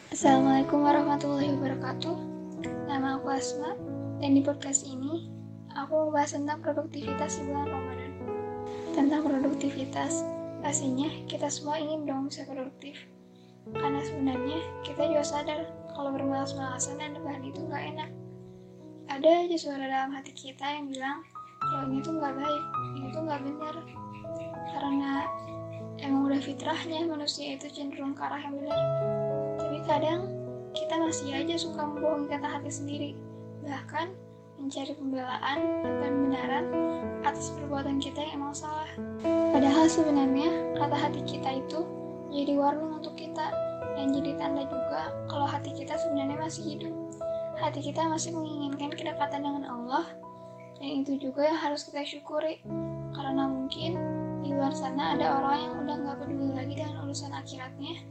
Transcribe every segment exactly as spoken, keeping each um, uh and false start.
Assalamualaikum warahmatullahi wabarakatuh. Nama aku Asma, dan di podcast ini aku membahas tentang produktivitas di bulan Ramadan. Tentang produktivitas, pastinya kita semua ingin dong bisa produktif. Karena sebenarnya kita juga sadar kalau bermalas-malasan dan rebahan itu gak enak. Ada aja suara dalam hati kita yang bilang kalau ini tuh gak baik, ini tuh gak benar. Karena emang udah fitrahnya manusia itu cenderung ke arah yang benar. Tapi kadang kita masih aja suka membohongi kata hati sendiri, bahkan mencari pembelaan dan pembenaran atas perbuatan kita yang emang salah. Padahal sebenarnya kata hati kita itu jadi warning untuk kita dan jadi tanda juga kalau hati kita sebenarnya masih hidup. Hati kita masih menginginkan kedekatan dengan Allah, dan itu juga yang harus kita syukuri. Karena mungkin di luar sana ada orang yang udah gak peduli lagi dengan urusan akhiratnya,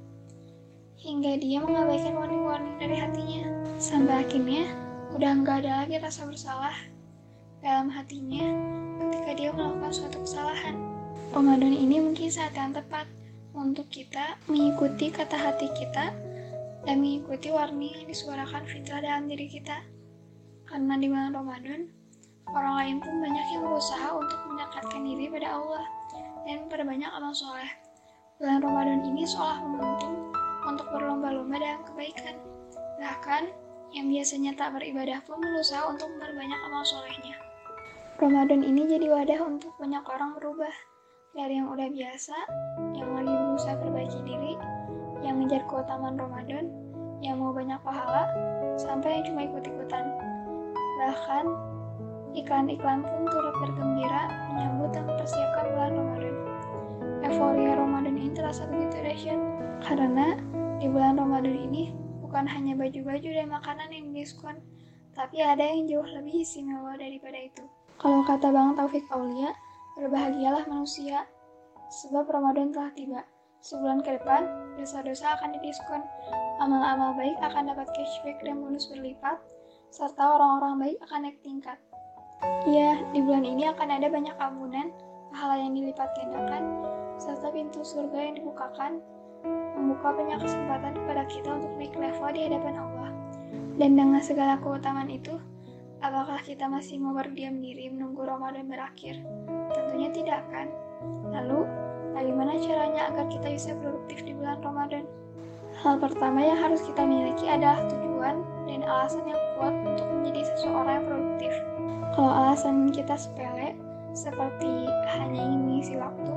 hingga dia mengabaikan warning-warning dari hatinya. Sampai akhirnya udah gak ada lagi rasa bersalah dalam hatinya ketika dia melakukan suatu kesalahan. Ramadan ini mungkin saat yang tepat untuk kita mengikuti kata hati kita dan mengikuti warning yang disuarakan fitrah dalam diri kita. Karena di bulan Ramadan, orang lain pun banyak yang berusaha untuk mendekatkan diri pada Allah dan memperbanyak amal soleh. Bulan Ramadan ini seolah menuntun untuk berlomba-lomba dalam kebaikan. Bahkan, yang biasanya tak beribadah pun berusaha untuk memperbanyak amal solehnya. Ramadan ini jadi wadah untuk banyak orang berubah. Dari yang udah biasa, yang lagi berusaha perbaiki diri, yang ngejar keutamaan Ramadan, yang mau banyak pahala, sampai yang cuma ikut-ikutan. Bahkan, iklan-iklan pun turut bergembira menyambut dan mempersiapkan bulan Ramadan. Euforia Ramadan ini terasa begitu dahsyat, karena di bulan Ramadan ini bukan hanya baju-baju dan makanan yang diskon, tapi ada yang jauh lebih istimewa daripada itu. Kalau kata Bang Taufik Aulia, berbahagialah manusia, sebab Ramadan telah tiba. Sebulan ke depan, dosa-dosa akan didiskon, amal-amal baik akan dapat cashback dan bonus berlipat, serta orang-orang baik akan naik tingkat. Iya, di bulan ini akan ada banyak ampunan, pahala yang dilipat gandakan, serta pintu surga yang dibukakan, membuka banyak kesempatan kepada kita untuk naik level di hadapan Allah. Dan dengan segala keutamaan itu, apakah kita masih mau berdiam diri menunggu Ramadan berakhir? Tentunya tidak, kan? Lalu, bagaimana caranya agar kita bisa produktif di bulan Ramadan? Hal pertama yang harus kita miliki adalah tujuan dan alasan yang kuat untuk menjadi seseorang yang produktif. Kalau alasan kita sepele, seperti hanya ingin mengisi waktu,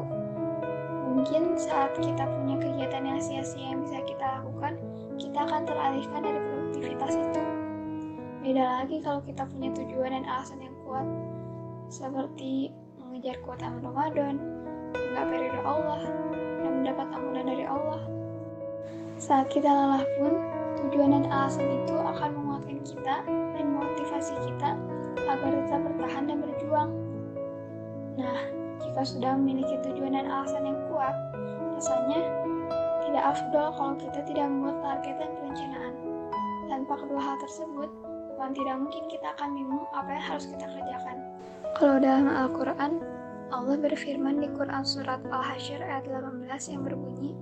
mungkin saat kita punya kegiatan yang sia-sia yang bisa kita lakukan, kita akan teralihkan dari produktivitas itu. Beda lagi kalau kita punya tujuan dan alasan yang kuat, seperti mengejar keutamaan Ramadan, menggapai ridho Allah, dan mendapat ampunan dari Allah. Saat kita lelah pun, tujuan dan alasan itu akan menguatkan kita dan memotivasi kita agar tetap bertahan dan berjuang. Nah, jika sudah memiliki tujuan dan alasan yang kuat, rasanya tidak afdol kalau kita tidak membuat target dan perencanaan. Tanpa kedua hal tersebut, bukan tidak mungkin kita akan bingung apa yang harus kita kerjakan. Kalau dalam Al-Quran, Allah berfirman di Quran Surat Al-Hasyr ayat delapan belas yang berbunyi,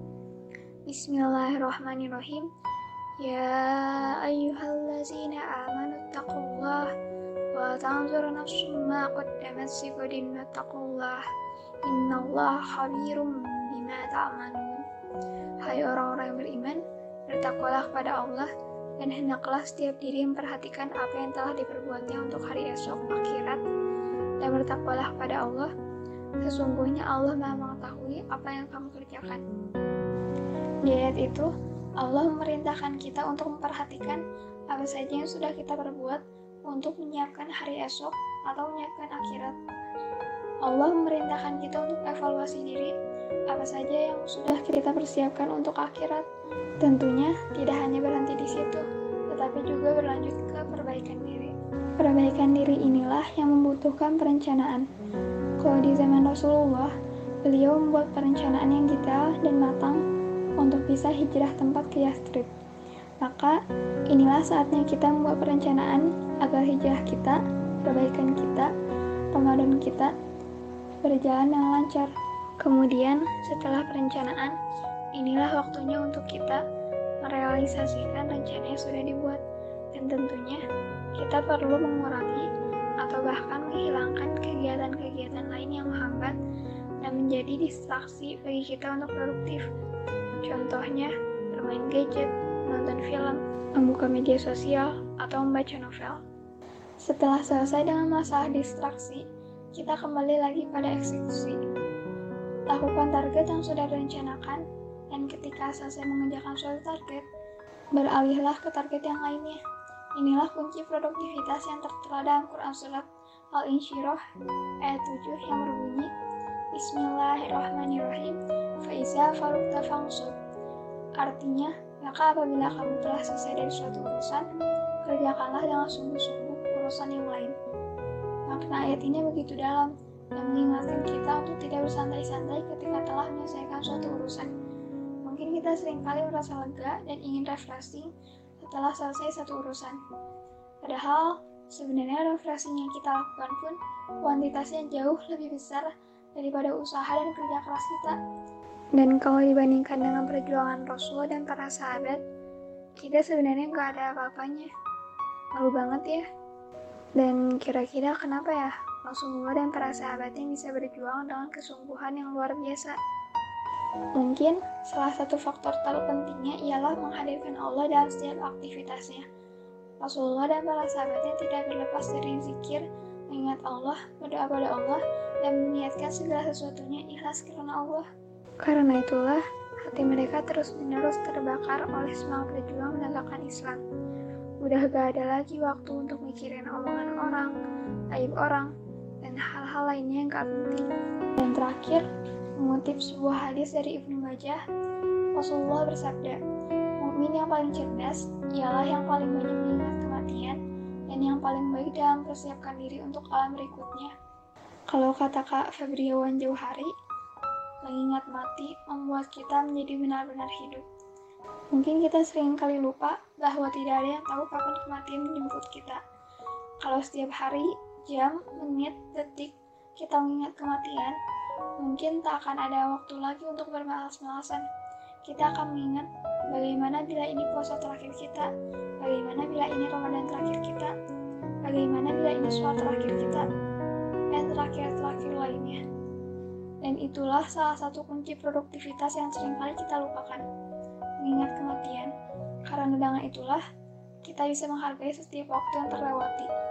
Bismillahirrahmanirrahim, Ya ayyuhallazina amanu taqullah wa tanzur nafsum ma qaddamat lighadin wattaqullah innallaha khabirum bima ta'malun. Hai orang-orang yang beriman, bertakwalah kepada Allah dan hendaklah setiap diri memperhatikan apa yang telah diperbuatnya untuk hari esok akhirat, dan bertakwalah kepada Allah, sesungguhnya Allah Maha mengetahui apa yang kamu kerjakan. Di ayat itu, Allah memerintahkan kita untuk memperhatikan apa saja yang sudah kita perbuat untuk menyiapkan hari esok atau menyiapkan akhirat. Allah memerintahkan kita untuk evaluasi diri, apa saja yang sudah kita persiapkan untuk akhirat. Tentunya tidak hanya berhenti di situ, tetapi juga berlanjut ke perbaikan diri. Perbaikan diri inilah yang membutuhkan perencanaan. Kalau di zaman Rasulullah, beliau membuat perencanaan yang detail dan matang untuk bisa hijrah tempat ke Yathrib. Maka, inilah saatnya kita membuat perencanaan agar hijrah kita, perbaikan kita, Ramadan kita berjalan dengan lancar. Kemudian, setelah perencanaan, inilah waktunya untuk kita merealisasikan rencana yang sudah dibuat. Dan tentunya, kita perlu mengurangi atau bahkan menghilangkan kegiatan-kegiatan lain yang menghambat dan menjadi distraksi bagi kita untuk produktif. Contohnya, bermain gadget, menonton film, membuka media sosial, atau membaca novel. Setelah selesai dengan masalah distraksi, kita kembali lagi pada eksekusi. Lakukan target yang sudah direncanakan, dan ketika selesai mengerjakan suatu target, beralihlah ke target yang lainnya. Inilah kunci produktivitas yang tertera dalam Quran Surat Al-Insyirah ayat tujuh yang berbunyi, Bismillahirrahmanirrahim, Faiza farukta fangsub. Artinya, maka apabila kamu telah selesai dari suatu urusan, kerjakanlah dengan sungguh-sungguh urusan yang lain. Makna ayat ini begitu dalam dan mengingatkan kita untuk tidak bersantai-santai ketika telah menyelesaikan suatu urusan. Mungkin kita seringkali merasa lega dan ingin refreshing setelah selesai satu urusan. Padahal, sebenarnya refreshing yang kita lakukan pun kuantitasnya jauh lebih besar daripada usaha dan kerja keras kita. Dan kalau dibandingkan dengan perjuangan Rasul dan para sahabat, kita sebenarnya nggak ada apa-apanya. Malu banget ya. Dan kira-kira kenapa ya Rasulullah dan para sahabatnya bisa berjuang dengan kesungguhan yang luar biasa? Mungkin salah satu faktor terpentingnya ialah menghadirkan Allah dalam setiap aktivitasnya. Rasulullah dan para sahabatnya tidak berlepas dari zikir, mengingat Allah, berdoa pada Allah, dan meniatkan segala sesuatunya ikhlas karena Allah. Karena itulah, hati mereka terus-menerus terbakar oleh semangat berjuang menegakkan Islam. Udah gak ada lagi waktu untuk mikirin omongan orang, aib orang, dan hal-hal lainnya yang gak penting. Dan terakhir, mengutip sebuah hadis dari Ibnu Majah, Rasulullah bersabda, mukmin yang paling cerdas ialah yang paling banyak mengingat kematian dan yang paling baik dalam mempersiapkan diri untuk alam berikutnya. Kalau kata Kak Febriawan Jauhari, mengingat mati membuat kita menjadi benar-benar hidup. Mungkin kita sering kali lupa bahwa tidak ada yang tahu kapan kematian menjemput kita. Kalau setiap hari, jam, menit, detik kita mengingat kematian, mungkin tak akan ada waktu lagi untuk bermalas-malasan. Kita akan mengingat bagaimana bila ini puasa terakhir kita, bagaimana bila ini Ramadan terakhir kita, bagaimana bila ini sholat terakhir kita, dan terakhir-terakhir lainnya. Dan itulah salah satu kunci produktivitas yang seringkali kita lupakan, mengingat kematian. Karena dengan itulah, kita bisa menghargai setiap waktu yang terlewati.